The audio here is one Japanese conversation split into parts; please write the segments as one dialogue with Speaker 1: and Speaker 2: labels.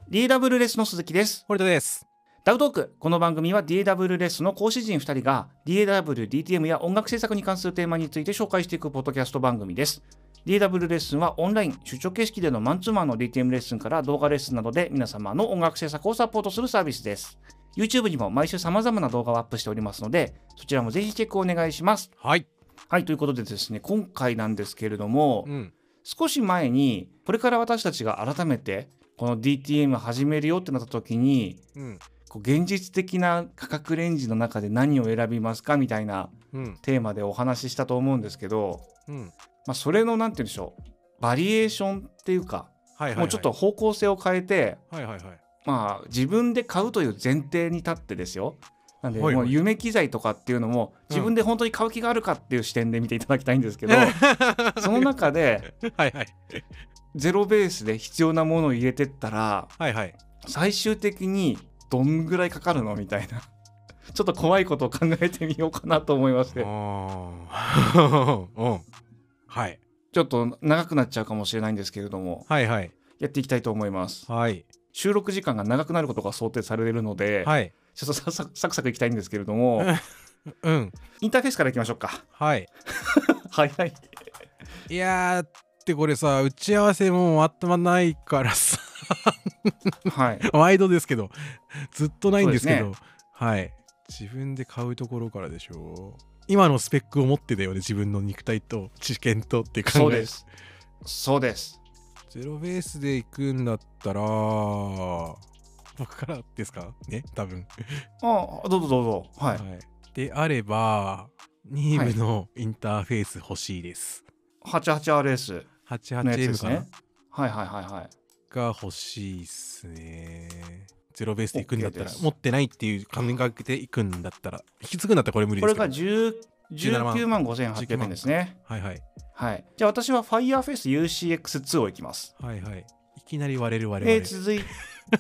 Speaker 1: DW レッスンの鈴木です。
Speaker 2: 堀田です。
Speaker 1: ダウトーク。この番組は DW レッスンの講師陣2人が DAW、DTM や音楽制作に関するテーマについて紹介していくポッドキャスト番組です。DW レッスンはオンライン出張形式でのマンツーマンの DTM レッスンから動画レッスンなどで皆様の音楽制作をサポートするサービスです。YouTube にも毎週様々な動画をアップしておりますので、そちらもぜひチェックお願いします。
Speaker 2: はい。
Speaker 1: はい、ということでですね、今回なんですけれども、少し前にこれから私たちが改めてこの DTM 始めるよってなった時に、こう現実的な価格レンジの中で何を選びますかみたいなテーマでお話ししたと思うんですけど、それのなんて言うんでしょう、バリエーションっていうか、もうちょっと方向性を変えて、自分で買うという前提に立ってですよ。なんでもう夢機材とかっていうのも自分で本当に買う気があるかっていう視点で見ていただきたいんですけど、その中でゼロベースで必要なものを入れてったら、最終的にどんぐらいかかるのみたいなちょっと怖いことを考えてみようかなと思いまして、ちょっと長くなっちゃうかもしれないんですけれども、やっていきたいと思います。収録時間が長くなることが想定されるので、ちょっとサクサクいきたいんですけれども、インターフェースからいきましょうか。早い。
Speaker 2: いやーってこれさ、打ち合わせもまとまないからさ毎度ですけどずっとないんですけど、自分で買うところからでしょ。今のスペックを持ってだよね、自分の肉体と知見とって考え。
Speaker 1: そうです。
Speaker 2: ゼロベースで行くんだったら僕からですかね、多分。
Speaker 1: どうぞ。
Speaker 2: であればニーブのインターフェース欲しいです。
Speaker 1: 88RS のやつですね。が
Speaker 2: 欲しいっすね。ゼロベースで行くんだったら、持ってないっていう考えで行くんだったら、引き継ぐんだったらこれ無理ですけど。これ
Speaker 1: が19万5800円ですね。じゃあ私は Fireface UCX2 をいきます。
Speaker 2: いきなり割れる。
Speaker 1: 続いて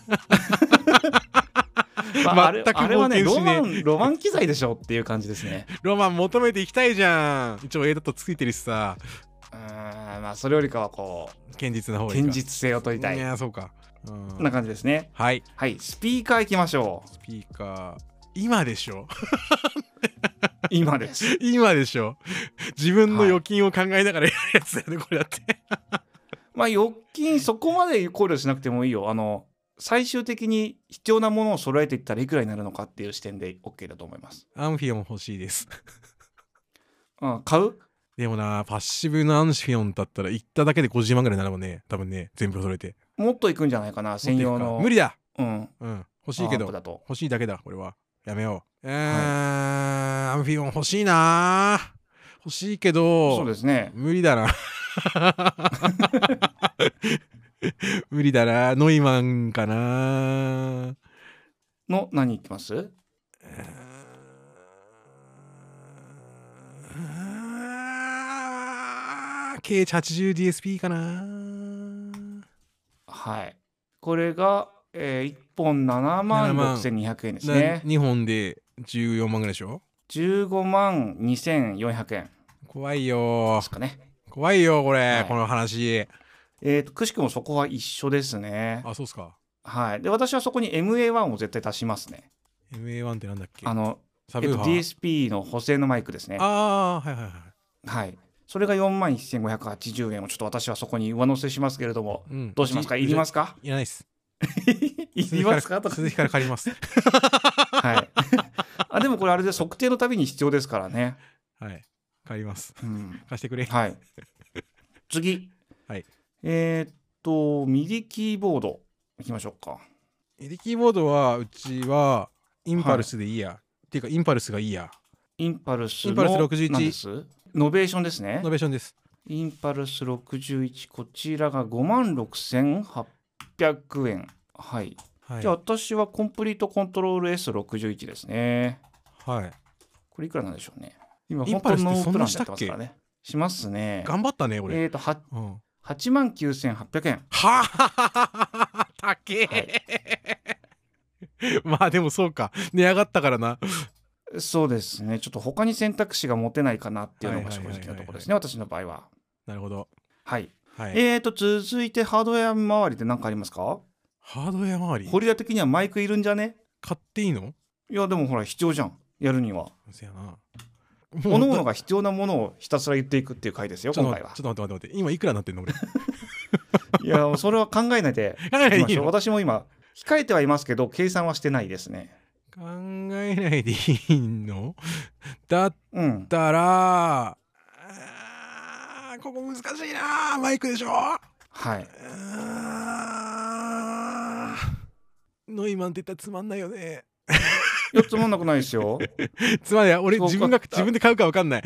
Speaker 1: あれはね、ロマン機材でしょっていう感じですね。
Speaker 2: ロマン求めていきたいじゃん。一応 A だとついてるしさ。
Speaker 1: それよりかはこう
Speaker 2: 堅実な方が
Speaker 1: いいか。堅実性を取りたい。
Speaker 2: いや、そうか。
Speaker 1: こんな感じですね。スピーカーいきましょう。
Speaker 2: スピーカー今でしょ
Speaker 1: 今です。
Speaker 2: 今でしょ。自分の預金を考えながらやるやつだよね、これだって
Speaker 1: 預金そこまで考慮しなくてもいいよ。最終的に必要なものを揃えていったらいくらになるのかっていう視点で OK だと思います。
Speaker 2: アンフィオン欲しいです
Speaker 1: 買う？
Speaker 2: でもな、パッシブのアンフィオンだったら行っただけで50万ぐらいになるもんね、多分ね、全部揃えて。
Speaker 1: もっといくんじゃないかな、専用の。
Speaker 2: 無理だ。欲しいけど、欲しいだけだ、これは。やめよう。アンフィオン欲しいな。欲しいけど、
Speaker 1: そうですね。
Speaker 2: 無理だな無理だな。ノイマンかな。
Speaker 1: の何いきます？
Speaker 2: KH80DSP かな。
Speaker 1: これが、1本76,200円ですね。
Speaker 2: 2本で14万ぐらいでしょ。
Speaker 1: 15万2400円。
Speaker 2: 怖いよ
Speaker 1: ですかね。
Speaker 2: 怖いよこれ、この話。
Speaker 1: くしくもそこは一緒ですね。
Speaker 2: そうっすか。
Speaker 1: で私はそこに MA1 を絶対足しますね。
Speaker 2: MA1 ってなんだっけ？
Speaker 1: サブウーファー、DSP の補正のマイクですね。それが41,580円をちょっと私はそこに上乗せしますけれども、どうしますか？いりますか？
Speaker 2: いらないです
Speaker 1: いりますか？とか
Speaker 2: 鈴木から借ります
Speaker 1: でもこれあれで測定のたびに必要ですからね。
Speaker 2: 借ります、貸してくれ。
Speaker 1: 次、ミディキーボードいきましょうか。
Speaker 2: ミディキーボードはうちはインパルスでいいや、っていうかインパルスがいいや。
Speaker 1: インパルス
Speaker 2: 61
Speaker 1: 何です？ノベーションですね。
Speaker 2: ノベーションです。
Speaker 1: インパルス61、こちらが56,800円。じゃあ私はコンプリートコントロール S61 ですね。これいくらなんでしょうね。今本当ノープランでやってますからね。しますね。
Speaker 2: 頑張ったね俺。
Speaker 1: 89,800円。
Speaker 2: 高えまあでもそうか、値上がったからな。
Speaker 1: そうですね。ちょっと他に選択肢が持てないかなっていうのが正直なところですね、私の場合は。
Speaker 2: なるほど。
Speaker 1: 続いてハードウェア周りで何かありますか？
Speaker 2: ハードウェア周り
Speaker 1: ホリラ的にはマイクいるんじゃね？
Speaker 2: 買っていいの？
Speaker 1: いやでもほら必要じゃん、やるには。
Speaker 2: そやな。
Speaker 1: 各々が必要なものをひたすら言っていくっていう回ですよ今回は。
Speaker 2: ちょっと待って。今いくらになってんの俺。
Speaker 1: いやそれは考えないでいきましょう。私も今控えてはいますけど計算はしてないですね。
Speaker 2: 考えないでいいの？だったら、ここ難しいな。マイクでしょ？
Speaker 1: はい。
Speaker 2: ノイマンって言ったらつまんないよね。
Speaker 1: いやつまんなくないですよ。
Speaker 2: つまんない。俺自分で買うか分かんない。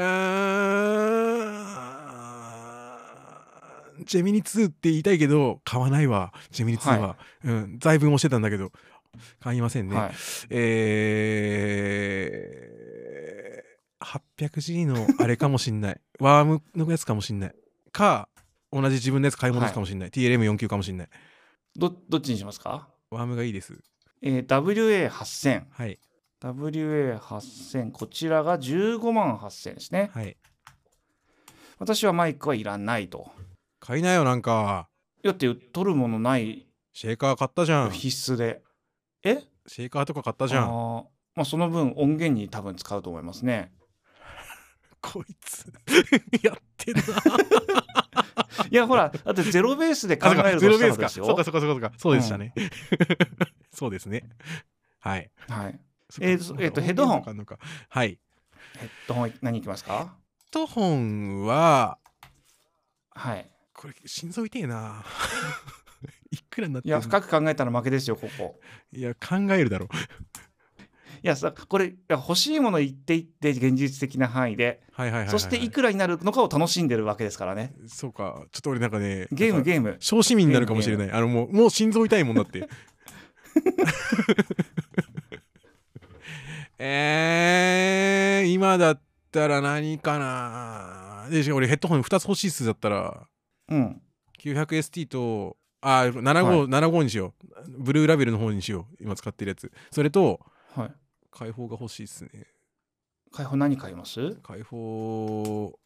Speaker 2: ジェミニ2って言いたいけど買わないわ。ジェミニ2は、財分押してたんだけど買いませんね。はい、800G のあれかもしんない。ワームのやつかもしんない。か同じ自分のやつ買い戻すかもしんない。TLM49 かもしんない。
Speaker 1: どっちにしますか？
Speaker 2: ワームがいいです。
Speaker 1: WA8000。
Speaker 2: はい。
Speaker 1: WA8000 こちらが15万8000ですね。
Speaker 2: はい。
Speaker 1: 私はマイクはいらないと。
Speaker 2: 買いなよなんか。
Speaker 1: だって取るものない。
Speaker 2: シェーカー買ったじゃん。
Speaker 1: 必須で。
Speaker 2: シェーカーとか買ったじゃん。
Speaker 1: まあその分音源に多分使うと思いますね。
Speaker 2: こいつやってるな。
Speaker 1: いやほらだってゼロベースで考えるとしたらですよ。
Speaker 2: そうかそうでしたね。そうですね。はい。
Speaker 1: はい。ヘッドホン。
Speaker 2: はい。
Speaker 1: ヘッドホン何いきますか？
Speaker 2: ヘッドホンは
Speaker 1: はい。
Speaker 2: これ心臓痛えな。いくらになって
Speaker 1: いや深く考えたら負けですよここ。
Speaker 2: いや考えるだろ。
Speaker 1: いやこれ欲しいもの言っていって現実的な範囲で、そしていくらになるのかを楽しんでるわけですからね。
Speaker 2: そうか。ちょっと俺なんかね
Speaker 1: ゲーム
Speaker 2: 小市民になるかもしれない。もう心臓痛いもんだって。今だったら何かな。で俺ヘッドホン2つ欲しいっすだったら、900ST と75にしよう。ブルーラベルの方にしよう。今使ってるやつ。それと、開放が欲しいっすね。
Speaker 1: 開放何買います？
Speaker 2: 開放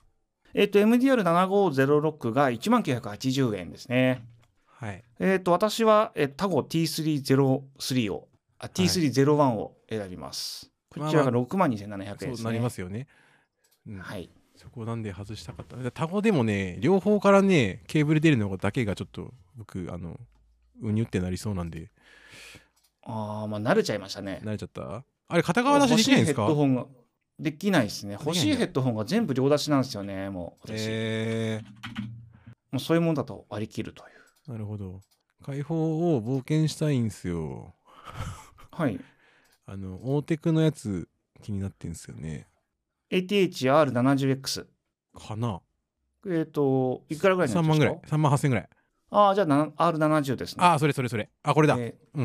Speaker 1: MDR7506 が1980円ですね。
Speaker 2: はい。
Speaker 1: 私はタゴ T303 をT301 を選びます。こちらが62,700円ですね。
Speaker 2: そうなりますよね。
Speaker 1: はい。
Speaker 2: そこなんで外したかった。タゴでもね両方からねケーブル出るのだけがちょっと僕うにゅってなりそうなんで。
Speaker 1: まあ慣れちゃいましたね。
Speaker 2: 慣れちゃった。あれ片側出しできないんですか？
Speaker 1: 欲しいヘッドホンができないですね。欲しいヘッドホンが全部両出しなんですよね。もう私。もうそういうもんだと割り切るという。
Speaker 2: なるほど。開放を冒険したいんですよ。
Speaker 1: はい。
Speaker 2: オーテクのやつ気になってんですよね。
Speaker 1: ATH-R70X
Speaker 2: かな。
Speaker 1: いくらぐらいになるんですか？3
Speaker 2: 万ぐらい。3万8000ぐらい。
Speaker 1: じゃあ R70 ですね。
Speaker 2: それ。これだ。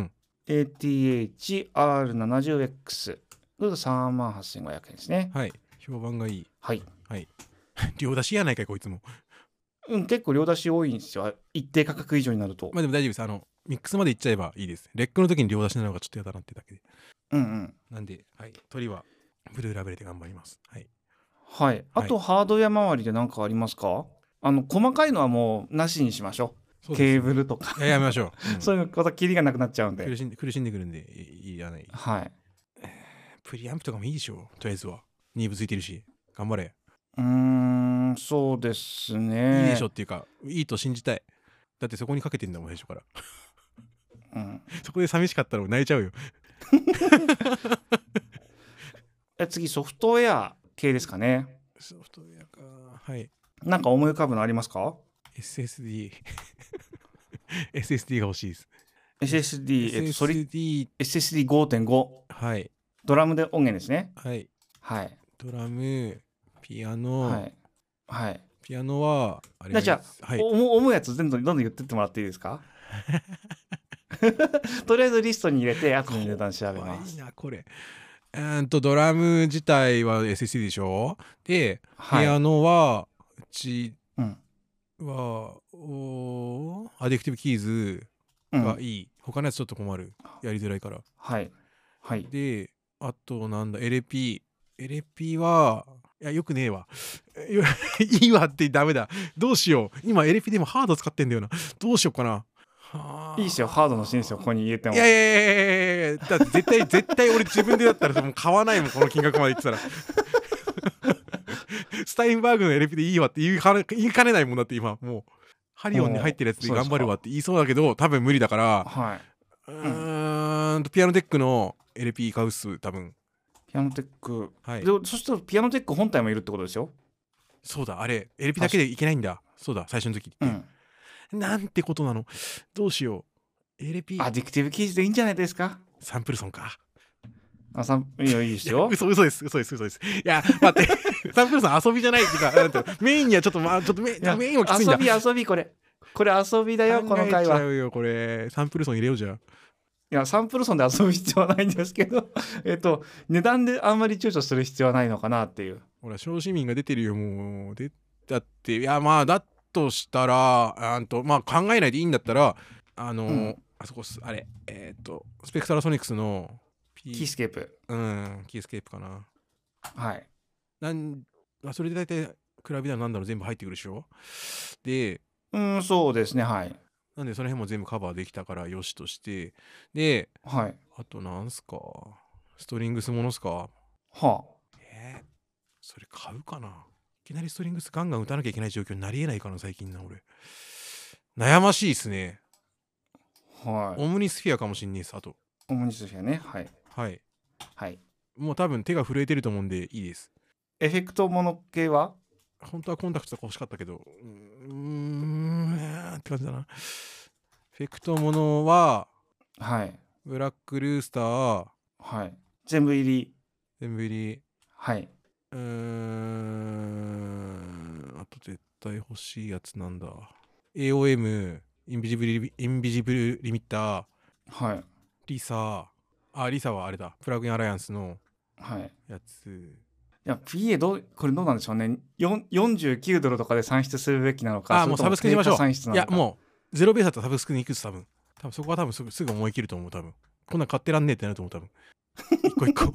Speaker 1: ATH-R70X 38,500円ですね。
Speaker 2: はい。評判がいい。
Speaker 1: はい。
Speaker 2: 両出しやないかいこいつも。
Speaker 1: 結構両出し多いんですよ。一定価格以上になると。
Speaker 2: まあでも大丈夫です。ミックスまでいっちゃえばいいです。レックの時に両出しなのがちょっとやだなってだけで。なんで、鳥はブルーラベルで頑張ります。
Speaker 1: はい。あとハードウェア周りで何かありますか？細かいのはもうなしにしましょう。ケーブルとか
Speaker 2: やめましょ
Speaker 1: う。そういうことキリがなくなっちゃうんで。
Speaker 2: 苦しんでくるんでいらない。
Speaker 1: はい。
Speaker 2: プリアンプとかもいいでしょ。とりあえずは。ニーブついてるし。頑張れ。
Speaker 1: そうですね。
Speaker 2: いいでしょっていうか、いいと信じたい。だってそこにかけてんだもん、最初から。そこで寂しかったら泣いちゃうよ。
Speaker 1: 次、ソフトウェア系ですかね。
Speaker 2: ソフトウェアか。はい。
Speaker 1: なんか思い浮かぶのありますか？
Speaker 2: SSD。SSD が欲しいです。
Speaker 1: SSD、SSD5.5。
Speaker 2: はい。
Speaker 1: ドラムで音源ですね。
Speaker 2: はい。
Speaker 1: はい。
Speaker 2: ドラム、ピアノ。
Speaker 1: はい。
Speaker 2: ピアノは、
Speaker 1: あれじゃあ、思うやつどんどん言ってってもらっていいですか？とりあえずリストに入れて、後で値段調べます。
Speaker 2: いいな、これ。ドラム自体は SSD でしょ。で、ピアノは、うちは、アディクティブキーズがいい。他のやつちょっと困る。やりづらいから。
Speaker 1: はい。
Speaker 2: で、あとなんだ、LP。LP は、いや、よくねえわ。いいわってダメだ。どうしよう。今、LP でもハード使ってんだよな。どうしようかな。
Speaker 1: いいですよ、ハードのシンセをここに入れても。
Speaker 2: いやいやいやいやいや、だって絶対俺自分でだったらもう買わないもん、この金額まで言ってたら。スタインバーグの LP でいいわって言いかねないもんだって。今もうハリオンに入ってるやつで頑張るわって言いそうだけど、多分無理だから、
Speaker 1: はい、
Speaker 2: ピアノテックの LP 買うっす、多分。
Speaker 1: ピアノテック、
Speaker 2: はい。
Speaker 1: でそしたらピアノテック本体もいるってことですよ。
Speaker 2: そうだ、あれ LP だけでいけないんだ。そうだ、最初の時って、なんてことなの。どうしよう。 LP
Speaker 1: アディクティブキーズでいいんじゃないですか。
Speaker 2: サンプルソンか。
Speaker 1: いや、いいですよ。
Speaker 2: 嘘です。いや、待って。サンプルソン遊びじゃないっていうか、なんていうの、メインにはちょっとメインはきついんだ。
Speaker 1: 遊び、これ遊びだよ、この回は。
Speaker 2: 考えちゃうよ、これ。サンプルソン入れようじゃん。
Speaker 1: いや、サンプルソンで遊ぶ必要はないんですけど値段であんまり躊躇する必要はないのかなっていう。
Speaker 2: ほら、小市民が出てるよ、もう。だって、いや、まあ、だとしたら、まあ、考えないでいいんだったら、あそこあれ、スペクタラソニクスの
Speaker 1: キースケープ。
Speaker 2: キースケープかな。
Speaker 1: はい。
Speaker 2: それで大体、クラビだなんだろう全部入ってくるでしょ。で、
Speaker 1: そうですね、はい。
Speaker 2: なんでその辺も全部カバーできたからよしとして、で、
Speaker 1: はい。
Speaker 2: あとなんすか、ストリングスものっすか。
Speaker 1: はあ。
Speaker 2: それ買うかな。いきなりストリングスガンガン打たなきゃいけない状況になりえないかな、最近な、俺。悩ましいっすね。
Speaker 1: はい。
Speaker 2: オムニスフィアかもしんねえっす、あと。
Speaker 1: オムニスフィアね、はい。
Speaker 2: はい。
Speaker 1: はい。
Speaker 2: もう多分手が震えてると思うんでいいです。
Speaker 1: エフェクトもの系は
Speaker 2: 本当はコンタクトとか欲しかったけど、って感じだな。エフェクトものは、
Speaker 1: はい。
Speaker 2: ブラックルースター、
Speaker 1: はい。全部入り。
Speaker 2: はい。あと絶対欲しいやつなんだ。AOM、インビジブルリミッター、
Speaker 1: はい。
Speaker 2: リサはあれだ。プラグインアライアンスのやつ。
Speaker 1: いや、PA これどうなんでしょうね。49ドルとかで算出するべきなのか。
Speaker 2: もうサブスクにしましょう。
Speaker 1: いや、
Speaker 2: もうゼロベースだったらサブスクに行くっす、多分そこは多分すぐ思い切ると思う、多分。こんなん買ってらんねえってなると思う、多分。一個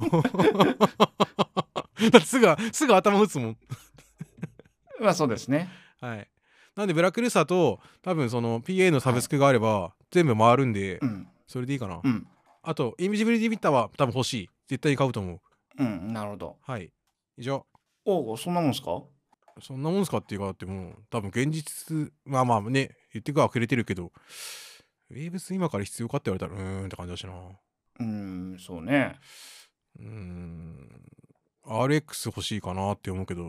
Speaker 2: だってすぐ頭打つもん。
Speaker 1: まあそうですね。
Speaker 2: はい。なんでブラックルーサーと多分その PA のサブスクがあれば全部回るんで、それでいいかな。あとインビジブリティビッターは多分欲しい。絶対に買うと思
Speaker 1: う。なるほど。
Speaker 2: はい。以上。
Speaker 1: そんなもんすか？
Speaker 2: そんなもんすかっていうか、ってもう多分現実、まあね、言ってくわくれてるけど、ウェーブス今から必要かって言われたらって感じだしな。
Speaker 1: そうね。
Speaker 2: RX 欲しいかなって思うけど、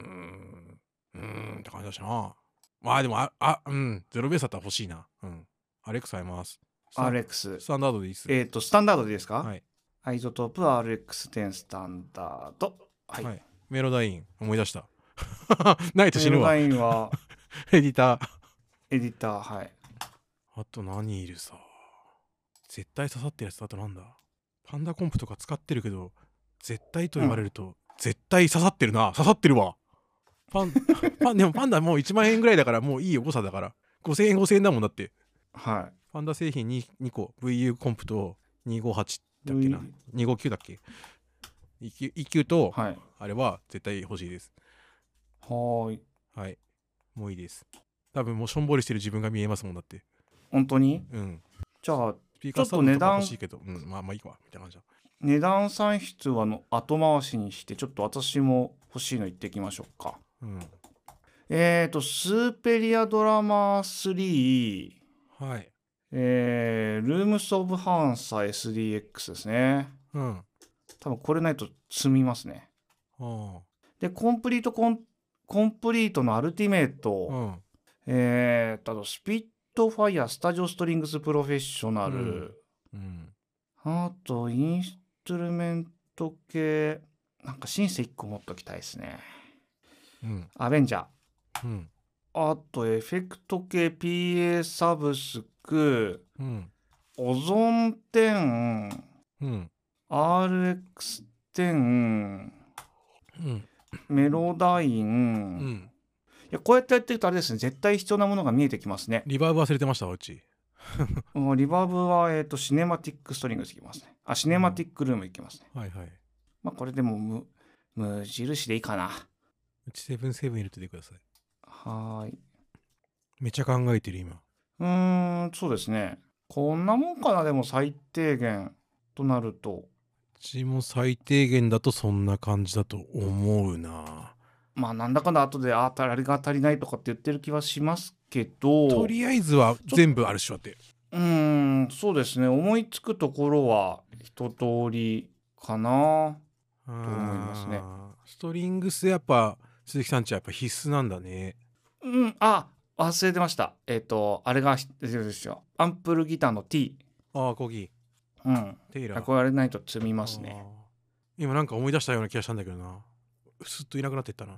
Speaker 2: って感じだしな。まあでもゼロベースだったら欲しいな。RX 買います。
Speaker 1: RX
Speaker 2: スタンダードでいいっす。
Speaker 1: スタンダードでいいですか？
Speaker 2: はい。
Speaker 1: アイゾトープ RX10 スタンダード。はい。
Speaker 2: メロダイン思い出した。ないと死ぬわ。
Speaker 1: メロダインは
Speaker 2: エディタ
Speaker 1: ー、はい。
Speaker 2: あと何いるさ。絶対刺さってるやつだとなんだ。パンダコンプとか使ってるけど、絶対と言われると、絶対刺さってるな。刺さってるわ。でもパンダもう1万円ぐらいだからもういいよ、誤差だから。5000円だもんだって。
Speaker 1: はい。
Speaker 2: パンダ製品 2個、VU コンプと258だっけな。259だっけ。EQ と、あれは絶対欲しいです。はい。もういいです。多分もうしょんぼりしてる自分が見えますもんだって。
Speaker 1: 本当に？じゃあ、ちょっと値段欲しいけど、まあいいかみたいな感じだ。値段算出は後回しにして、ちょっと私も欲しいの言っていきましょうか。スーペリアドラマ3、ルームス・オブ・ハンサ SDX ですね。多分これないと積みますね。で、コンプリートのアルティメイト、あとスピットファイアスタジオストリングスプロフェッショナル、あとインストゥルメント系、なんかシンセ1個持っときたいですね。アベンジャー、あとエフェクト系 PA サブスク、オゾン10、RX10、メロダイン、いや、こうやってやってるとあれですね、絶対必要なものが見えてきますね。
Speaker 2: リバーブ忘れてましたうち。
Speaker 1: リバーブは、シネマティックストリングスいきますね。シネマティックルームいきますね。まあこれでも無印でいいかな。
Speaker 2: うち77入れててください。
Speaker 1: はい。
Speaker 2: めっちゃ考えてる今。
Speaker 1: そうですね。こんなもんかな、でも最低限となると。う
Speaker 2: ちも最低限だとそんな感じだと思うな。
Speaker 1: まあなんだかんだ後であれが足りないとかって言ってる気はしますけど、
Speaker 2: とりあえずは全部あるっしょって。
Speaker 1: そうですね。思いつくところは一通りかなと思いますね。
Speaker 2: ストリングスやっぱ鈴木さんちはやっぱ必須なんだね。
Speaker 1: 忘れてました。あれがですよ。アンプルギターの T。
Speaker 2: コーギ
Speaker 1: ー。
Speaker 2: テイラー。
Speaker 1: これないと積みますね。
Speaker 2: 今なんか思い出したような気がしたんだけどな。すっといなくなっていったな。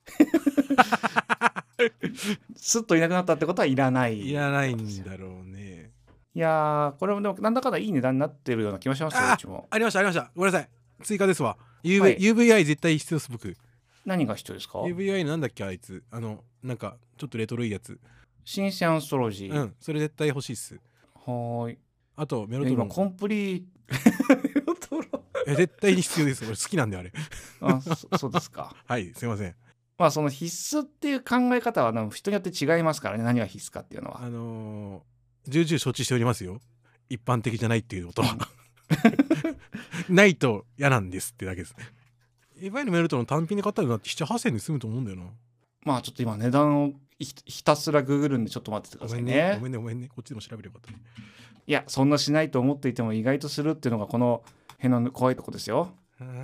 Speaker 1: すっといなくなったってことはいらない。
Speaker 2: いらないんだろうね。
Speaker 1: いやー、これもでもなんだかんだいい値段になってるような気がしますよ、うちも。
Speaker 2: ありました。ごめんなさい。追加ですわ。
Speaker 1: はい、
Speaker 2: UVI 絶対必要です、僕。
Speaker 1: 何が必要ですか？
Speaker 2: UVI なんだっけ、あいつ。なんか、ちょっとレトロいいやつ。
Speaker 1: シンセアンストロジー。
Speaker 2: それ絶対欲しいっす。
Speaker 1: はい。
Speaker 2: あと、メロトロン。
Speaker 1: 今、コンプリメロトロ
Speaker 2: ン。絶対に必要です。俺好きなんで、あれ。
Speaker 1: そうですか。
Speaker 2: はい、すいません。
Speaker 1: まあ、その必須っていう考え方は人によって違いますからね、何が必須かっていうのは。
Speaker 2: 重々承知しておりますよ。一般的じゃないっていうことは。ないと嫌なんですってだけですね。UVI のメロトロン単品で買ったらだって7、8千で済むと思うんだよな。
Speaker 1: まあちょっと今値段をひたすらググるんでちょっと待っててくださいね。
Speaker 2: ごめんね。こっちでも調べればよかったね。
Speaker 1: いや、そんなしないと思っていても意外とするっていうのがこの辺の怖いとこですよ。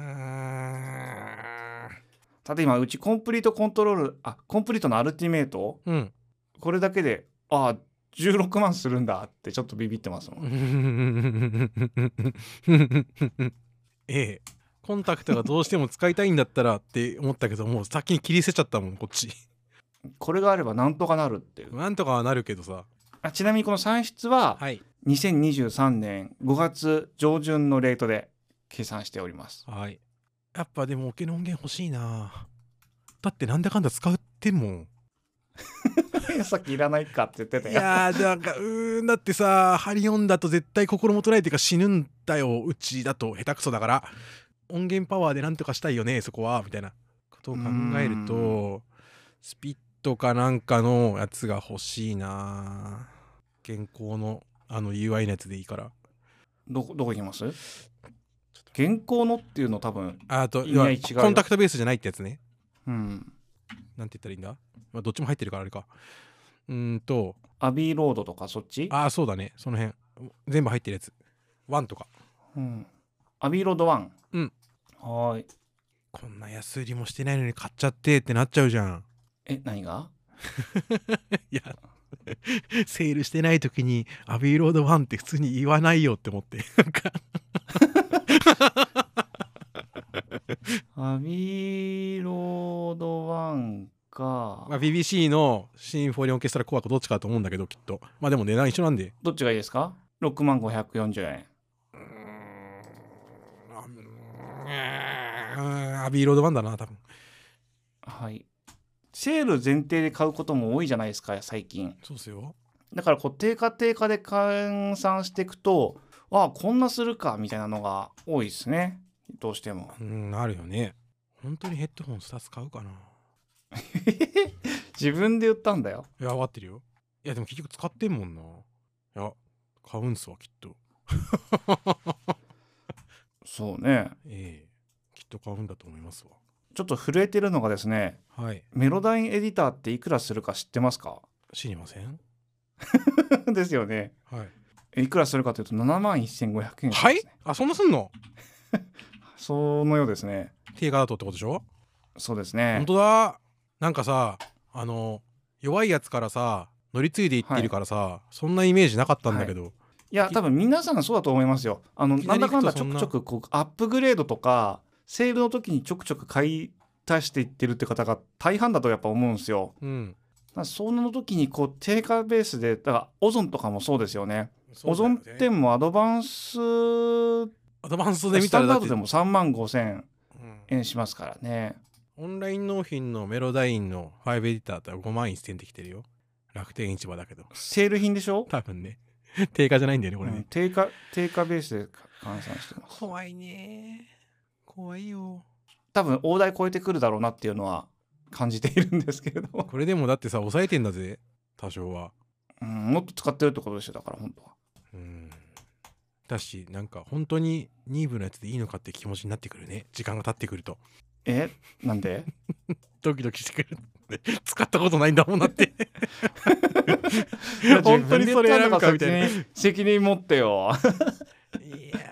Speaker 1: ただ今うちコンプリートコントロールコンプリートのアルティメイト、これだけで16万するんだってちょっとビビってますもん。
Speaker 2: コンタクトがどうしても使いたいんだったらって思ったけど、もう先に切り捨てちゃったもん、こっち。
Speaker 1: これがあればなんとかなるっていう。
Speaker 2: なんとかはなるけどさ。
Speaker 1: ちなみにこの算出は2023年5月上旬のレートで計算しております。
Speaker 2: はい。やっぱでもオケの音源欲しいな。だってなんだかんだ使ってもん。
Speaker 1: さっきいらないかって言ってたよ。
Speaker 2: いやーなんかだってさ、ハリオンだと絶対心もとないっていうか死ぬんだよ、うちだと下手くそだから。音源パワーでなんとかしたいよね、そこはみたいなことを考えると、スピットかなんかのやつが欲しいな。現行のUI のやつでいいから。
Speaker 1: どこ行きます？現行のっていうの多分
Speaker 2: 意味合い違う。コンタクトベースじゃないってやつね。なんて言ったらいいんだ？まあ、どっちも入ってるからあれか。
Speaker 1: アビーロードとかそっち？
Speaker 2: そうだね、その辺全部入ってるやつ。1とか。
Speaker 1: アビーロード1。はい。
Speaker 2: こんな安売りもしてないのに買っちゃってってなっちゃうじゃん。
Speaker 1: 何が？
Speaker 2: いやセールしてない時にアビーロード1って普通に言わないよって思って。
Speaker 1: アビーロード1か。
Speaker 2: BBC のシンフォニーオーケストラコアかどっちかと思うんだけど、きっと。まあでも値段一緒なんで。
Speaker 1: どっちがいいですか？6万540円。
Speaker 2: アビーロード1だな、多分。
Speaker 1: はい。セール前提で買うことも多いじゃないですか、最近。
Speaker 2: そうですよ。
Speaker 1: だから定価で換算していくと、こんなするかみたいなのが多いですね。どうしても。
Speaker 2: あるよね。本当にヘッドホン2つ買うかな。
Speaker 1: 自分で言ったんだよ。
Speaker 2: いや、分かってるよ。いや、でも結局使ってんもんな。いや、買うんすわ、きっと。
Speaker 1: そうね。
Speaker 2: きっと買うんだと思いますわ。
Speaker 1: ちょっと震えてるのがですね、メロダインエディターっていくらするか知ってますか？
Speaker 2: 知りません。
Speaker 1: ですよね。いくらするかというと7万1500円、
Speaker 2: はい。そんなすんの？
Speaker 1: そのようですね。
Speaker 2: 定価だとってことでしょ？
Speaker 1: そうですね。
Speaker 2: 本当だ。なんかさ、弱いやつからさ乗り継いでいってるからさ、そんなイメージなかったんだけど、
Speaker 1: いや多分皆さんそうだと思いますよ。なんだかんだちょくちょくこうアップグレードとかセールの時にちょくちょく買い足していってるって方が大半だとやっぱ思うんですよ。その時にこう定価ベースで、だからオゾンとかもそうですよね。オゾン10もアドバンスで見たらスタンダードでも3万5,000円しますからね。
Speaker 2: オンライン納品のメロダインの5エディターだったら5万1000できてるよ。楽天市場だけど。
Speaker 1: セール品でしょ？
Speaker 2: 多分ね。定価じゃないんだよね、これね。
Speaker 1: 定価ベースで換算してます。
Speaker 2: 怖いね。怖いよ。
Speaker 1: 多分大台超えてくるだろうなっていうのは感じているんですけれど。
Speaker 2: これでもだってさ、抑えてんだぜ、多少は。
Speaker 1: もっと使ってるってことですよだから本当は。
Speaker 2: だしなんか本当にニーブのやつでいいのかって気持ちになってくるね、時間が経ってくると。
Speaker 1: なんで
Speaker 2: ドキドキしてくる使ったことないんだもんなって本当にそれ選ぶかみたいな。
Speaker 1: 責任持ってよ
Speaker 2: いや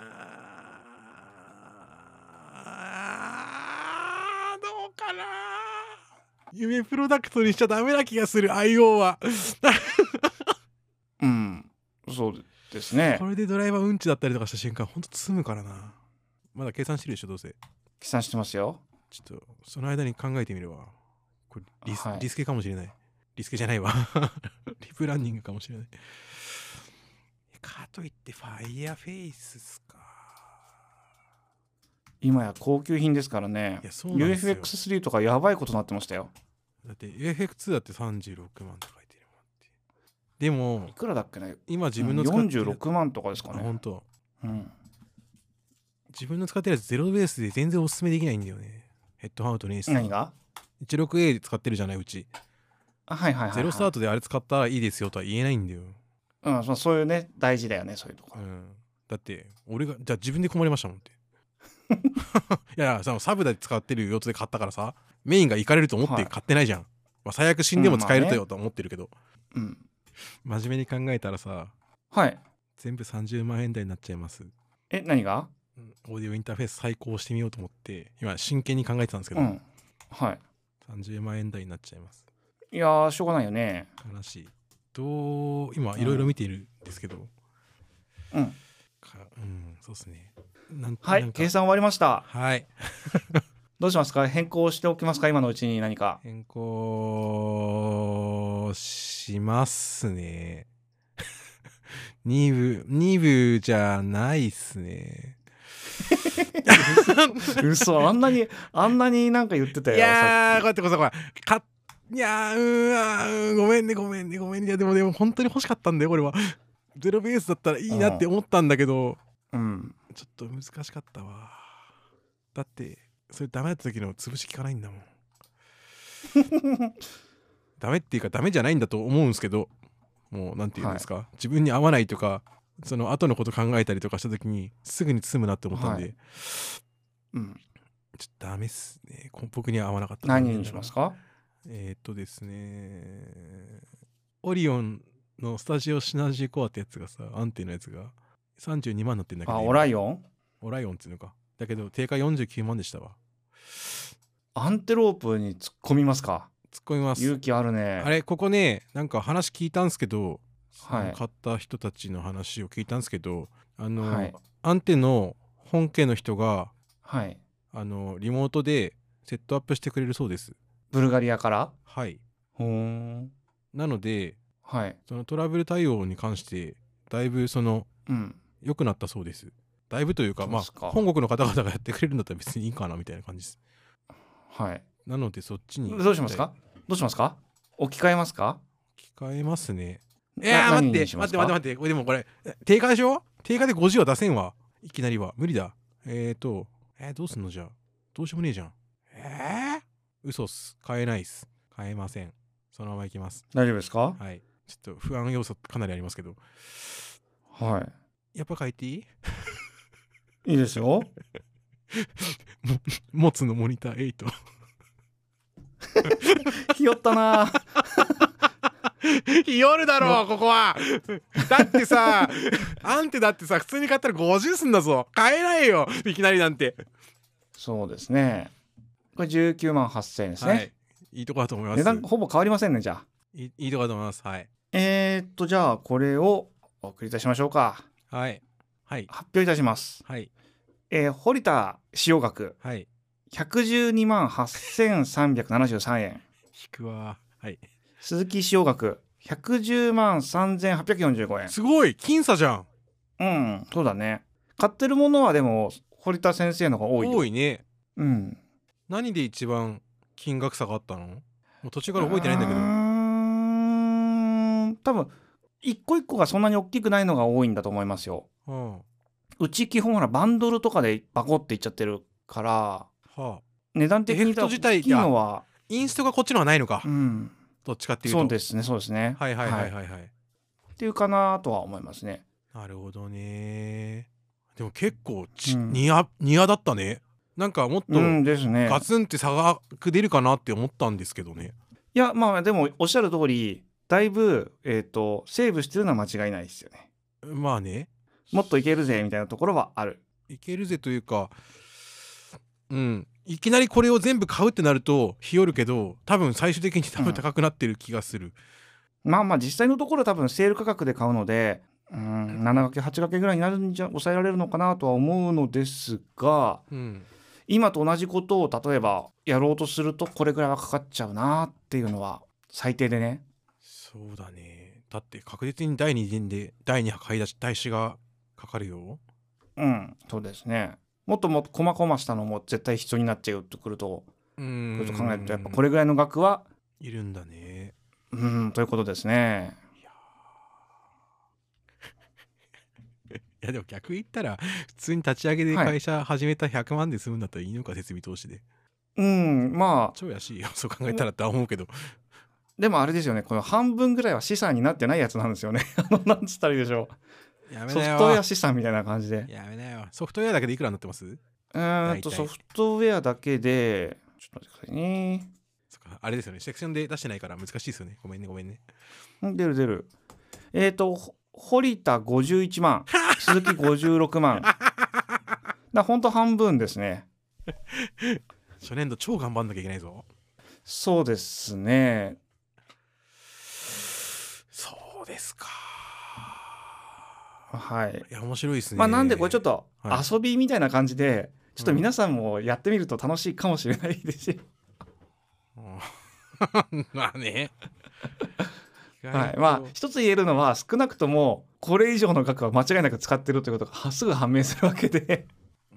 Speaker 2: どうかな、夢プロダクトにしちゃダメな気がする IO は
Speaker 1: そうですね。
Speaker 2: これでドライバーうんちだったりとかした瞬間ほんと積むからな。まだ計算してるでしょどうせ。
Speaker 1: 計算してますよ。
Speaker 2: ちょっとその間に考えてみるわ。これリスケかもしれない。リスケじゃないわリプランニングかもしれない。かといってファイヤーフェイスっすか。
Speaker 1: 今や高級品ですからね。
Speaker 2: いやそうなんですよ。
Speaker 1: UFX3 とかやばいことになってましたよ。
Speaker 2: だって UFX2 だって36万って書いてるもんって。でも
Speaker 1: いくらだっけね。
Speaker 2: 今自分の使ってる
Speaker 1: 46万とかですかね。
Speaker 2: 本当。自分の使ってるやつゼロベースで全然おすすめできないんだよね。ヘッドハウントのエース。
Speaker 1: 何が
Speaker 2: 16A で使ってるじゃないうち。ゼロスタートであれ使ったらいいですよとは言えないんだよ。
Speaker 1: そういうね大事だよねそういうとこ。
Speaker 2: だって俺がじゃあ自分で困りましたもんっていやサブで使ってる用途で買ったからさ、メインがいかれると思って買ってないじゃん。最悪死んでも使えるとよと思ってるけど、真面目に考えたらさ、全部30万円台になっちゃいます。
Speaker 1: 何が？
Speaker 2: オーディオインターフェース再考してみようと思って今真剣に考えてたんですけど、30万円台になっちゃいます。
Speaker 1: いやーしょうがないよね。
Speaker 2: 悲しい。今いろいろ見ているんですけど、そうですね。
Speaker 1: 計算終わりました。どうしますか？変更しておきますか？今のうちに何か
Speaker 2: 変更しますね2部じゃないっすね
Speaker 1: 嘘、あんなになんか言ってたよ。
Speaker 2: いやーこうやってこそいやごめんね。いやでも本当に欲しかったんだよこれは。ゼロベースだったらいいなって思ったんだけど、ちょっと難しかったわ。だってそれダメだった時の潰し効かないんだもんダメっていうかダメじゃないんだと思うんですけど、もうなんていうんですか、自分に合わないとかその後のこと考えたりとかした時にすぐに積むなって思ったんで、ちょっとダメっすね。僕には合わなかった。
Speaker 1: 何にしますか？
Speaker 2: ですね、オリオンのスタジオシナジーコアってやつがさ、安定のやつが32万になってんだけど、
Speaker 1: オライオン
Speaker 2: っていうのか。だけど定価49万でしたわ。
Speaker 1: アンテロープに突っ込みますか？
Speaker 2: 突っ込みます。
Speaker 1: 勇気あるね。
Speaker 2: あれここね、なんか話聞いたんですけど、買った人たちの話を聞いたんですけど、アンテの本家の人が、リモートでセットアップしてくれるそうです。
Speaker 1: ブルガリアから？
Speaker 2: なので、そのトラブル対応に関してだいぶ良くなったそうです。だいぶというか、本国の方々がやってくれるんだったら別にいいかなみたいな感じです。なのでそっちに
Speaker 1: どうしますか？置き換えますか？
Speaker 2: 置き換えますね。いや待って。でもこれ定価でしょ？定価で50は出せんわ。いきなりは無理だ。どうすんのじゃあ。どうしようもねえじゃん。嘘っす。買えないっす。買えません。そのままいきます。
Speaker 1: 大丈夫ですか？
Speaker 2: はい。ちょっと不安要素かなりありますけど。やっぱ変えていい？
Speaker 1: いいですよ。
Speaker 2: 持つのモニター8。
Speaker 1: ひよったな。
Speaker 2: ひよるだろうここは。だってさアンテだってさ普通に買ったら50すんだぞ。買えないよいきなりなんて。
Speaker 1: そうですね。これ19万8000円ですね。
Speaker 2: いいとこだと思います。
Speaker 1: 値段ほぼ変わりませんね。じゃあ
Speaker 2: いいとこだと思います。
Speaker 1: じゃあこれをお送りいたしましょうか。発表いたします。堀田使用額、112万8373円。
Speaker 2: 引くわ。
Speaker 1: 鈴木使用額110万3845円。
Speaker 2: すごい僅差じゃ
Speaker 1: ん。そうだね。買ってるものはでも堀田先生の方が多いよ。
Speaker 2: 多いね。何で一番金額差があったの？もう途中から覚えてないんだけど。
Speaker 1: 多分一個一個がそんなに大きくないのが多いんだと思いますよ。うち基本バンドルとかでバコっていっちゃってるから、値段的に大きいのは
Speaker 2: インストがこっちのはないのか。 どっちかっていうと。
Speaker 1: そうですねそうですね。
Speaker 2: はいはいはいはいはい、
Speaker 1: っていうかなとは思いますね。
Speaker 2: なるほどね。でも結構
Speaker 1: うん
Speaker 2: ニアだったね。なんかもっと
Speaker 1: ですね。
Speaker 2: ガツンって差が出るかなって思ったんですけどね。
Speaker 1: いやまあでもおっしゃる通りだいぶセーブしてるのは間違いないですよね。
Speaker 2: まあね、
Speaker 1: もっといけるぜみたいなところはある。
Speaker 2: いけるぜというか、いきなりこれを全部買うってなると日和るけど、多分最終的に多分高くなってる気がする。
Speaker 1: まあ実際のところ多分セール価格で買うので7×、8× ぐらいになるんじゃ抑えられるのかなとは思うのですが、今と同じことを例えばやろうとするとこれぐらいはかかっちゃうなっていうのは最低でね。
Speaker 2: そうだね。だって確実に第2陣で第2波買い出し台紙がかかるよ。
Speaker 1: そうですね。もっともっと細々したのも絶対必要になっちゃうとくると考えるとやっぱこれぐらいの額はい
Speaker 2: るんだね。
Speaker 1: ということですね。
Speaker 2: いやでも逆言ったら普通に立ち上げで会社始めた100万で済むんだったらいいのか、設備投資で。
Speaker 1: まあ
Speaker 2: 超安いよそう考えたらって思うけど。
Speaker 1: でもあれですよね、この半分ぐらいは資産になってないやつなんですよね。なんつったらいいでしょう。ソフトウェア資産みたいな感じで。
Speaker 2: やめなよ。ソフトウェアだけでいくらになってます？
Speaker 1: ソフトウェアだけでちょっと待ってくださいね。
Speaker 2: そっか、あれですよね、セクションで出してないから難しいですよね。ごめんね。
Speaker 1: 出る。堀田51万鈴木56万ほんと半分ですね。
Speaker 2: 初年度超頑張んなきゃいけないぞ。
Speaker 1: そうですね。
Speaker 2: そうですか。
Speaker 1: はい。
Speaker 2: いや面白いですね。
Speaker 1: なんでこれちょっと遊びみたいな感じで、ちょっと皆さんもやってみると楽しいかもしれないですよ。
Speaker 2: まあね。
Speaker 1: 一つ言えるのは少なくともこれ以上の額は間違いなく使ってるということがすぐ判明するわけで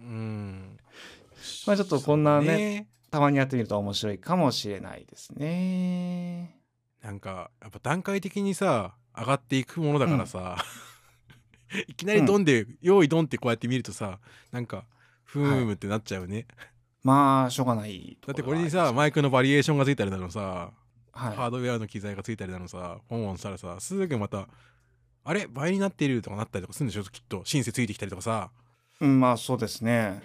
Speaker 1: ちょっとこんなねたまにやってみると面白いかもしれないですね。
Speaker 2: なんかやっぱ段階的にさ上がっていくものだからさ、いきなりドンで、用意ドンってこうやって見るとさ、なんかフームってなっちゃうね。
Speaker 1: まあしょうがない。
Speaker 2: だってこれにさマイクのバリエーションがついたりだのさ、ハードウェアの機材がついたりだのさ、ポンポンしたらさ、すぐまたあれ倍になっているとかなったりとかするんでしょ、きっとシンセついてきたりとかさ。
Speaker 1: まあそうですね。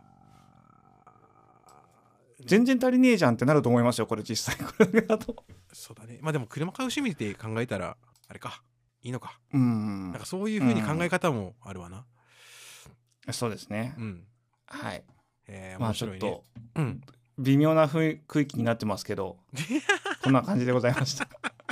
Speaker 1: 全然足りねえじゃんってなると思いますよこれ実際これだと。
Speaker 2: そうだね。まあでも車買う趣味で考えたらあれか、いいのか。
Speaker 1: なん
Speaker 2: かそういう風に考え方もあるわな。
Speaker 1: そうですね。はい。
Speaker 2: 面白いね。
Speaker 1: ちょっと、微妙な区域になってますけどこんな感じでございました。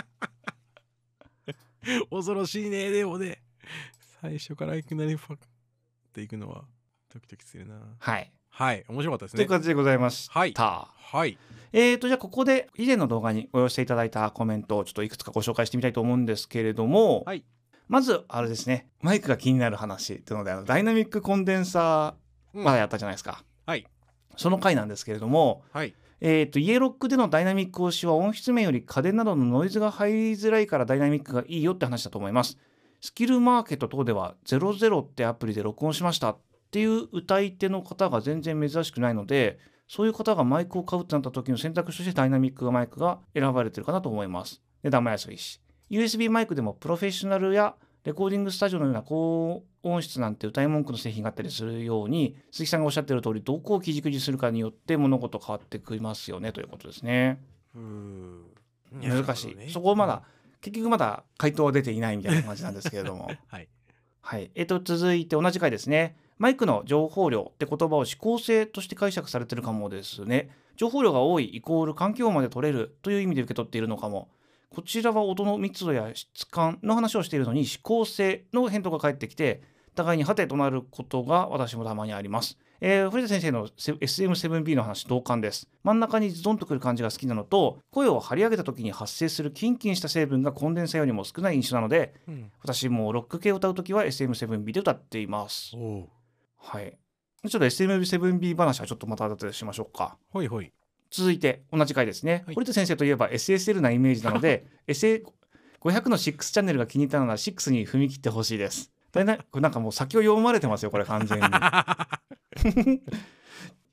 Speaker 2: 恐ろしいね。でもね最初からいきなりファッっていくのはドキドキするな。はい面白かったですね。
Speaker 1: という感じでございました。
Speaker 2: はい
Speaker 1: じゃあここで以前の動画にお寄せいただいたコメントをちょっといくつかご紹介してみたいと思うんですけれども、まずあれですね、マイクが気になる話というのでダイナミックコンデンサーまだやったじゃないですか。その回なんですけれども、イエロックでのダイナミック押しは音質面より家電などのノイズが入りづらいからダイナミックがいいよって話だと思います。スキルマーケット等では00ってアプリで録音しましたっていう歌い手の方が全然珍しくないので、そういう方がマイクを買うってなった時の選択肢としてダイナミックマイクが選ばれてるかなと思います。値段も安いし、 USB マイクでもプロフェッショナルやレコーディングスタジオのような高音質なんて歌い文句の製品があったりするように、鈴木さんがおっしゃっている通りどこを基軸にするかによって物事変わってきますよねということですね。難しい。そこまだ結局まだ回答は出ていないみたいな感じなんですけれども続いて同じ回ですね。マイクの情報量って言葉を指向性として解釈されてるかもですね。情報量が多いイコール環境まで取れるという意味で受け取っているのかも。こちらは音の密度や質感の話をしているのに指向性の返答が返ってきて互いにハテとなることが私もたまにあります。古田先生の SM7B の話同感です。真ん中にズドンとくる感じが好きなのと、声を張り上げた時に発生するキンキンした成分がコンデンサよりも少ない印象なので、私もロック系を歌う時は SM7B で歌っています。ちょっと SM7B 話はちょっとまた後でしましょうか。続いて同じ回ですね。堀田先生といえば SSL なイメージなのでSA500 の6チャンネルが気に入ったのなら6に踏み切ってほしいです。これなんかもう先を読まれてますよこれ完全に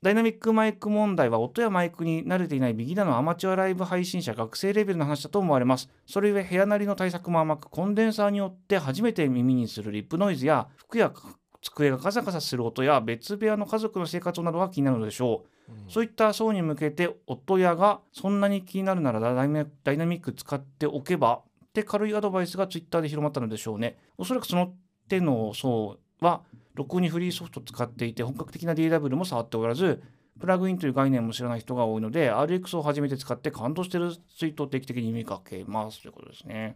Speaker 1: ダイナミックマイク問題は音やマイクに慣れていないビギナーのアマチュアライブ配信者、学生レベルの話だと思われます。それゆえ部屋なりの対策も甘く、コンデンサーによって初めて耳にするリップノイズや服や机がガサガサする音や別部屋の家族の生活音などが気になるのでしょう、そういった層に向けて音屋がそんなに気になるならダイナミック使っておけばって軽いアドバイスがツイッターで広まったのでしょうね。おそらくその手の層は録音にフリーソフトを使っていて本格的な DAW も触っておらず、プラグインという概念も知らない人が多いので RX を初めて使って感動しているツイートを定期的に見かけますということですね。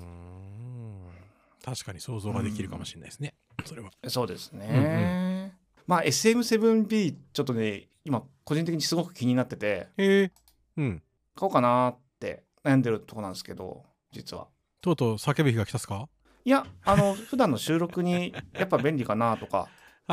Speaker 2: 確かに想像ができるかもしれないですね、それは。
Speaker 1: そうですね、まあ SM7B ちょっとね今個人的にすごく気になってて、買おうかなって悩んでるとこなんですけど、実は
Speaker 2: とうとう叫ぶ日が来たっすか？
Speaker 1: いや普段の収録にやっぱ便利かなとか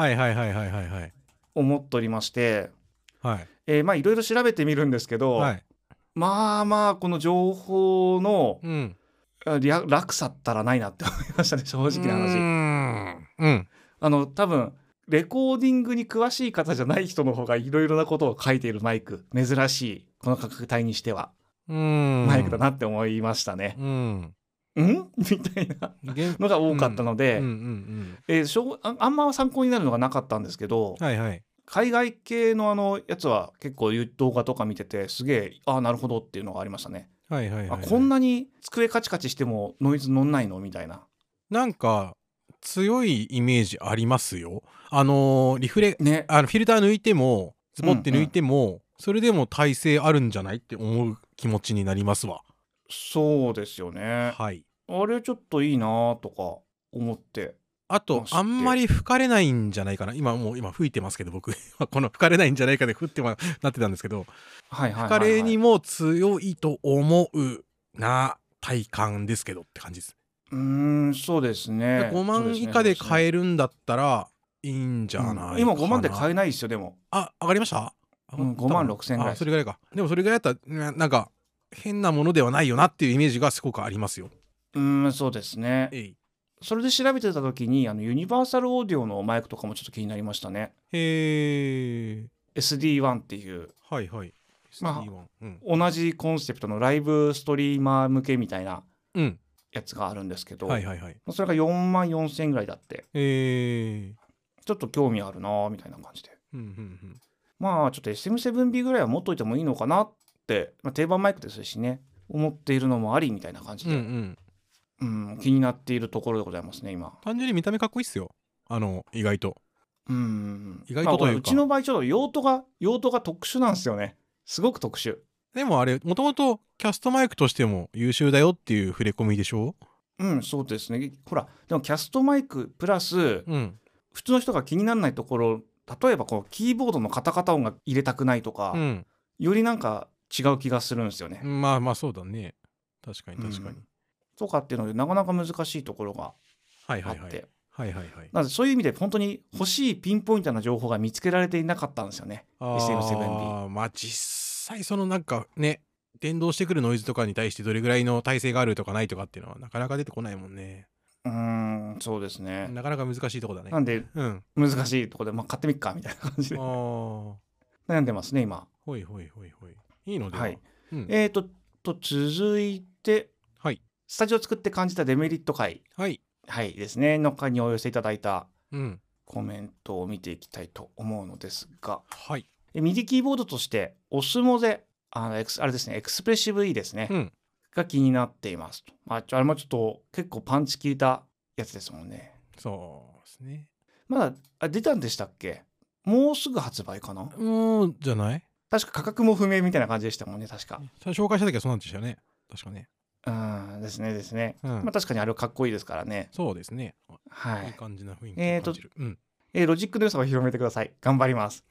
Speaker 1: 思っておりまして、まあいろいろ調べてみるんですけど、まあこの情報の、落差ったらないなって思いましたね、正直な話。多分レコーディングに詳しい方じゃない人の方がいろいろなことを書いているマイク、珍しいこの価格帯にしてはマイクだなって思いましたね。みたいなのが多かったので、あんま参考になるのがなかったんですけど、海外系のやつは結構動画とか見ててすげえなるほどっていうのがありましたね。こんなに机カチカチしてもノイズ乗んないのみたいな。
Speaker 2: なんか強いイメージありますよ。リフレ、
Speaker 1: ね、
Speaker 2: フィルター抜いてもズボって抜いても、それでも耐性あるんじゃないって思う気持ちになりますわ。
Speaker 1: そうですよね。あれちょっといいなとか思って。
Speaker 2: あとあんまり吹かれないんじゃないかな。今吹いてますけど、僕この吹かれないんじゃないかで振ってなってたんですけど、吹かれにも強いと思うな体感ですけどって感じです。
Speaker 1: そうですね。
Speaker 2: 5万以下で買えるんだったらいいんじゃないかな。
Speaker 1: 今5万で買えないですよ。でも
Speaker 2: 上がりました？
Speaker 1: 5万6千ぐらい。
Speaker 2: それぐらいか。でもそれぐらいだったらなんか変なものではないよなっていうイメージがすごくありますよ。
Speaker 1: そうですね。それで調べてた時にユニバーサルオーディオのマイクとかもちょっと気になりましたね。SD1 っていう、同じコンセプトのライブストリーマー向けみたいなやつがあるんですけど、それが4万4千ぐらいだって、ちょっと興味あるなみたいな感じで、まあちょっと SM7B ぐらいは持っといてもいいのかなって、定番マイクですしね、思っているのもありみたいな感じで、気になっているところでございますね今。
Speaker 2: 単純に見た目かっこいいっすよ、意外と。意外とというか、
Speaker 1: うちの場合ちょっと用途が特殊なんですよね。すごく特殊。
Speaker 2: でもあれもともとキャストマイクとしても優秀だよっていう触れ込みでしょ。
Speaker 1: そうですね。ほらでもキャストマイクプラス、普通の人が気にならないところ、例えばこうキーボードのカタカタ音が入れたくないとか、よりなんか違う気がするんですよね。
Speaker 2: まあそうだね。確かに
Speaker 1: とかっていうのでなかなか難しいところがあって、なのでそういう意味で本当に欲しいピンポイントな情報が見つけられていなかったんですよね。SM7B。
Speaker 2: 実際そのなんかね、連動してくるノイズとかに対してどれぐらいの耐性があるとかないとかっていうのはなかなか出てこないもんね。
Speaker 1: そうですね。
Speaker 2: なかなか難しいとこだね。
Speaker 1: なんで、難しいとこで買ってみっかみたいな感じで悩んでますね今。
Speaker 2: いいのでは。
Speaker 1: 続いて、スタジオ作って感じたデメリット回ですねの回にお寄せいただいたコメントを見ていきたいと思うのですが、ミディキーボードとしてオスモゼあれですね、エクスプレッシブ E ですね、が気になっていますと。あれもちょっと結構パンチ効いたやつですもんね。
Speaker 2: そうですね。
Speaker 1: まだ出たんでしたっけ？もうすぐ発売かな？
Speaker 2: じゃない？
Speaker 1: 確か価格も不明みたいな感じでしたもんね。確か
Speaker 2: 紹介した時はそうなんでしたよね。確かね。
Speaker 1: ですね。確かにあれはかっこいいですからね。
Speaker 2: そうですね。いい感じな雰囲気を感じ
Speaker 1: る。ロジックの良さを広めてください。頑張ります。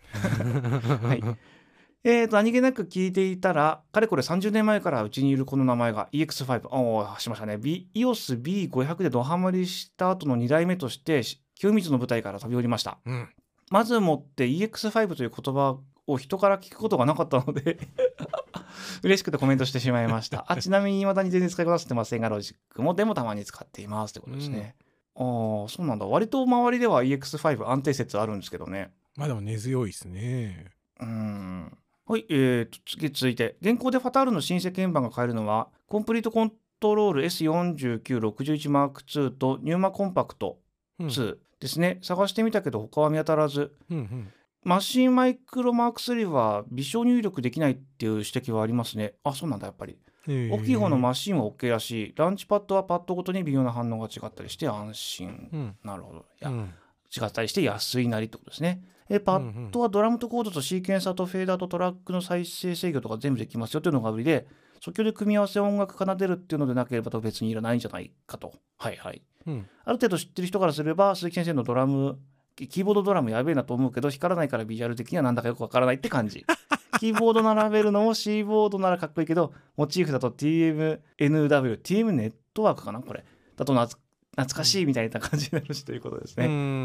Speaker 1: 何気なく聞いていたら、かれこれ30年前からうちにいるこの名前が EX5、しましたね。EOS B500 でドハマりした後の2代目として、清水の舞台から飛び降りました。まずもって EX5 という言葉を人から聞くことがなかったので嬉しくてコメントしてしまいました。ちなみに未だに全然使いこなせてませんが、ロジックもでもたまに使っていますってことですね。そうなんだ。割と周りでは EX5 安定説あるんですけどね。
Speaker 2: でも根強いですね。
Speaker 1: はい、続いて現行でファタールのシンセ鍵盤が買えるのはコンプリートコントロール S4961M2 とニューマコンパクト2ですね、探してみたけど他は見当たらず、マシンマイクロマーク3は微小入力できないっていう指摘はありますね。あ、そうなんだ。やっぱり大きい方のマシンは OK らしい。ランチパッドはパッドごとに微妙な反応が違ったりして安心、なるほど。いや、違ったりして安いなりってことですね。パッドはドラムとコードとシーケンサーとフェーダーとトラックの再生制御とか全部できますよというのが売りで、即興で組み合わせ音楽奏でるっていうのでなければと別にいらないんじゃないかと。はいはい、ある程度知ってる人からすれば鈴木先生のドラムキーボードドラムやべえなと思うけど光らないからビジュアル的にはなんだかよくわからないって感じ。キーボード並べるのも C ボードならかっこいいけどモチーフだと TM ネットワークかなこれだと懐かしいみたいな感じになるしということですね。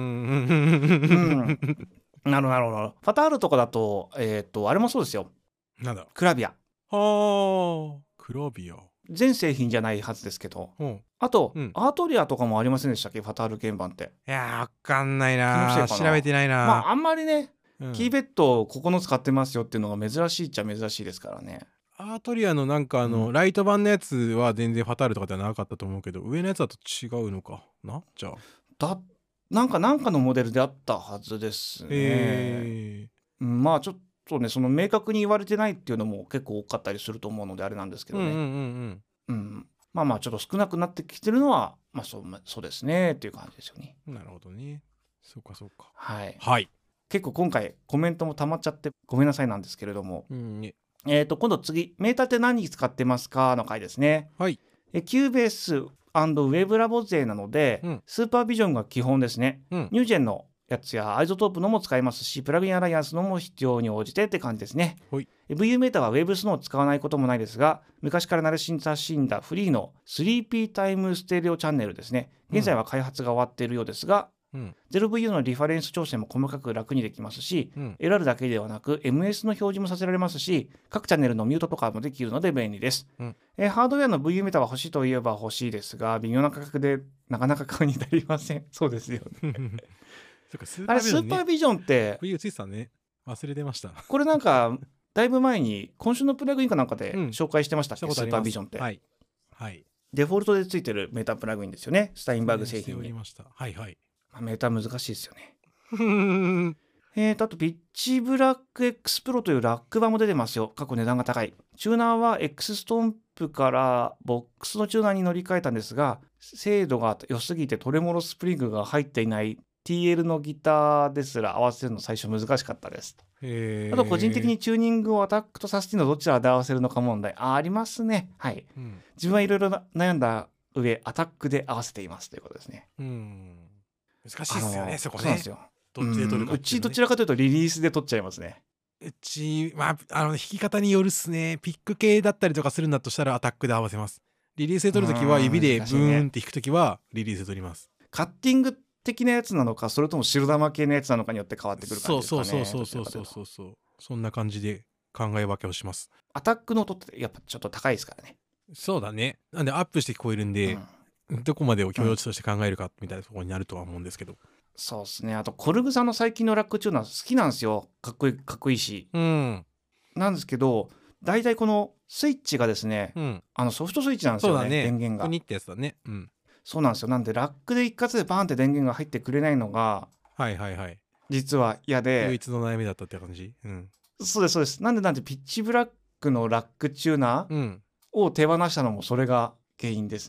Speaker 1: なるほど。ファタールとかだとあれもそうですよ。
Speaker 2: なんだ
Speaker 1: クラビア。
Speaker 2: クラビア
Speaker 1: 全製品じゃないはずですけど、あと、アートリアとかもありませんでしたっけファタール鍵盤って。
Speaker 2: いやわかんないな、調べてないな。
Speaker 1: まああんまりね、キーベッドを9つ買ってますよっていうのが珍しいっちゃ珍しいですからね。
Speaker 2: アートリアのなんかライト版のやつは全然ファタールとかではなかったと思うけど、上のやつだと違うのかな。じゃあ
Speaker 1: なんかのモデルであったはずですね。まあちょっとねその明確に言われてないっていうのも結構多かったりすると思うのであれなんですけどね。まあちょっと少なくなってきてるのはまあそうですねっていう感じですよね。
Speaker 2: なるほどね。そうか。
Speaker 1: はい。
Speaker 2: はい。
Speaker 1: 結構今回コメントも溜まっちゃってごめんなさいなんですけれども、今度次メーターって何使ってますかの回ですね。
Speaker 2: はい。
Speaker 1: キューベース&ウェブラボ勢なので、スーパービジョンが基本ですね。ニュージェンのやつやアイゾトープのも使いますし、プラグインアライアンスのも必要に応じてって感じですね。VU メーターは Web スノーを使わないこともないですが、昔から慣れ親しんだフリーの 3P タイムステレオチャンネルですね。現在は開発が終わっているようですが、0VU のリファレンス調整も細かく楽にできますし、LR だけではなく MS の表示もさせられますし、各チャンネルのミュートとかもできるので便利です。ハードウェアの VU メーターは欲しいといえば欲しいですが、微妙な価格でなかなか買うになりません。そうですよね。あれスーパービジョンって
Speaker 2: VU ついてたね。忘れてました。
Speaker 1: これなんかだいぶ前に今週のプラグインかなんかで紹介してましたっけ、スーパービジョンって。デフォルトでついてるメータープラグインですよね。スタインバーグ製品に。メーター難しいですよね。あとピッチブラック X プロというラック版も出てますよ。過去値段が高い。チューナーは X ストンプからボックスのチューナーに乗り換えたんですが、精度が良すぎてトレモロスプリングが入っていないTL のギターですら合わせるの最初難しかったです。あと個人的にチューニングをアタックとサスティのどちらで合わせるのか問題ありますね。はい、自分はいろいろ悩んだ上アタックで合わせていますということですね。
Speaker 2: 難しいですよね、そこね。
Speaker 1: そうなんですよ。
Speaker 2: どっちで取るか、
Speaker 1: うちどちらかというとリリースで取っちゃいますね。
Speaker 2: うち弾き方によるっすね。ピック系だったりとかするんだとしたらアタックで合わせます。リリースで取るときは指でブーンって弾くときはリリースで取ります。
Speaker 1: カッティング的なやつなのか、それとも白玉系のやつなのかによって変わってくる感じですかね。
Speaker 2: そうそんな感じで考え分けをします。
Speaker 1: アタックの音ってやっぱちょっと高いですからね。
Speaker 2: そうだね。なんでアップして聞こえるんで、どこまでを許容値として考えるかみたいなところになるとは思うんですけど。
Speaker 1: そうですね。あとコルグさんの最近のラックチューナー好きなんですよ。かっこいいし。なんですけど、だいたいこのスイッチがですね、ソフトスイッチなんですよね。電源が。
Speaker 2: ここにってやつだね。
Speaker 1: そうなんですよ。なんでラックで一括でバーンって電源が入ってくれないのが、実は嫌で。
Speaker 2: 唯一の悩みだったって感じ。
Speaker 1: そうです。なんでピッチブラックのラックチューナーを手放したのもそれが原因です。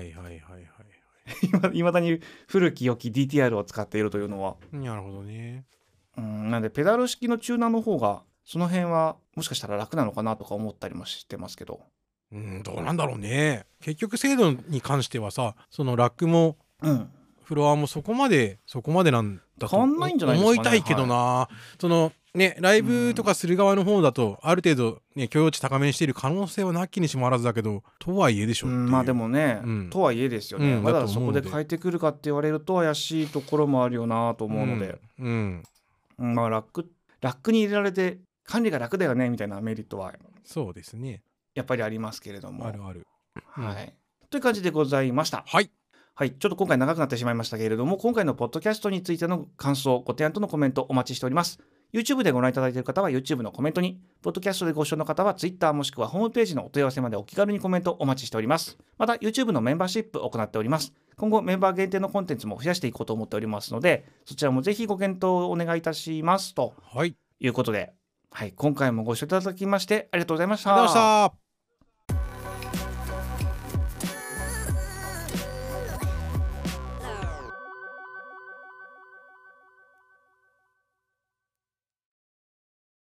Speaker 1: いまだに古き良き DTR を使っているというのは。
Speaker 2: なるほどね。
Speaker 1: なんでペダル式のチューナーの方がその辺はもしかしたら楽なのかなとか思ったりもしてますけど。
Speaker 2: どうなんだろうね。結局精度に関してはさ、そのラックも、フロアもそこまでなんだと思いたいけどな。そのね、ライブとかする側の方だとある程度ね許容値高めにしている可能性はなきにしもあらずだけど、とはいえでしょう。
Speaker 1: まあでもね、とはいえですよね。まだそこで変えてくるかって言われると怪しいところもあるよなと思うので、まあラックに入れられて管理が楽だよねみたいなメリットは
Speaker 2: そうですね、
Speaker 1: やっぱりありますけれども。
Speaker 2: ある。
Speaker 1: はい。という感じでございました。はい、ちょっと今回長くなってしまいましたけれども、今回のポッドキャストについての感想、ご提案とのコメントお待ちしております。 YouTube でご覧いただいている方は YouTube のコメントに、ポッドキャストでご視聴の方は Twitter もしくはホームページのお問い合わせまでお気軽にコメントお待ちしております。また YouTube のメンバーシップを行っております。今後メンバー限定のコンテンツも増やしていこうと思っておりますので、そちらもぜひご検討をお願いいたしますということで、はい、今回もご視聴いただきましてありがとうございました。
Speaker 2: ありがとうございました。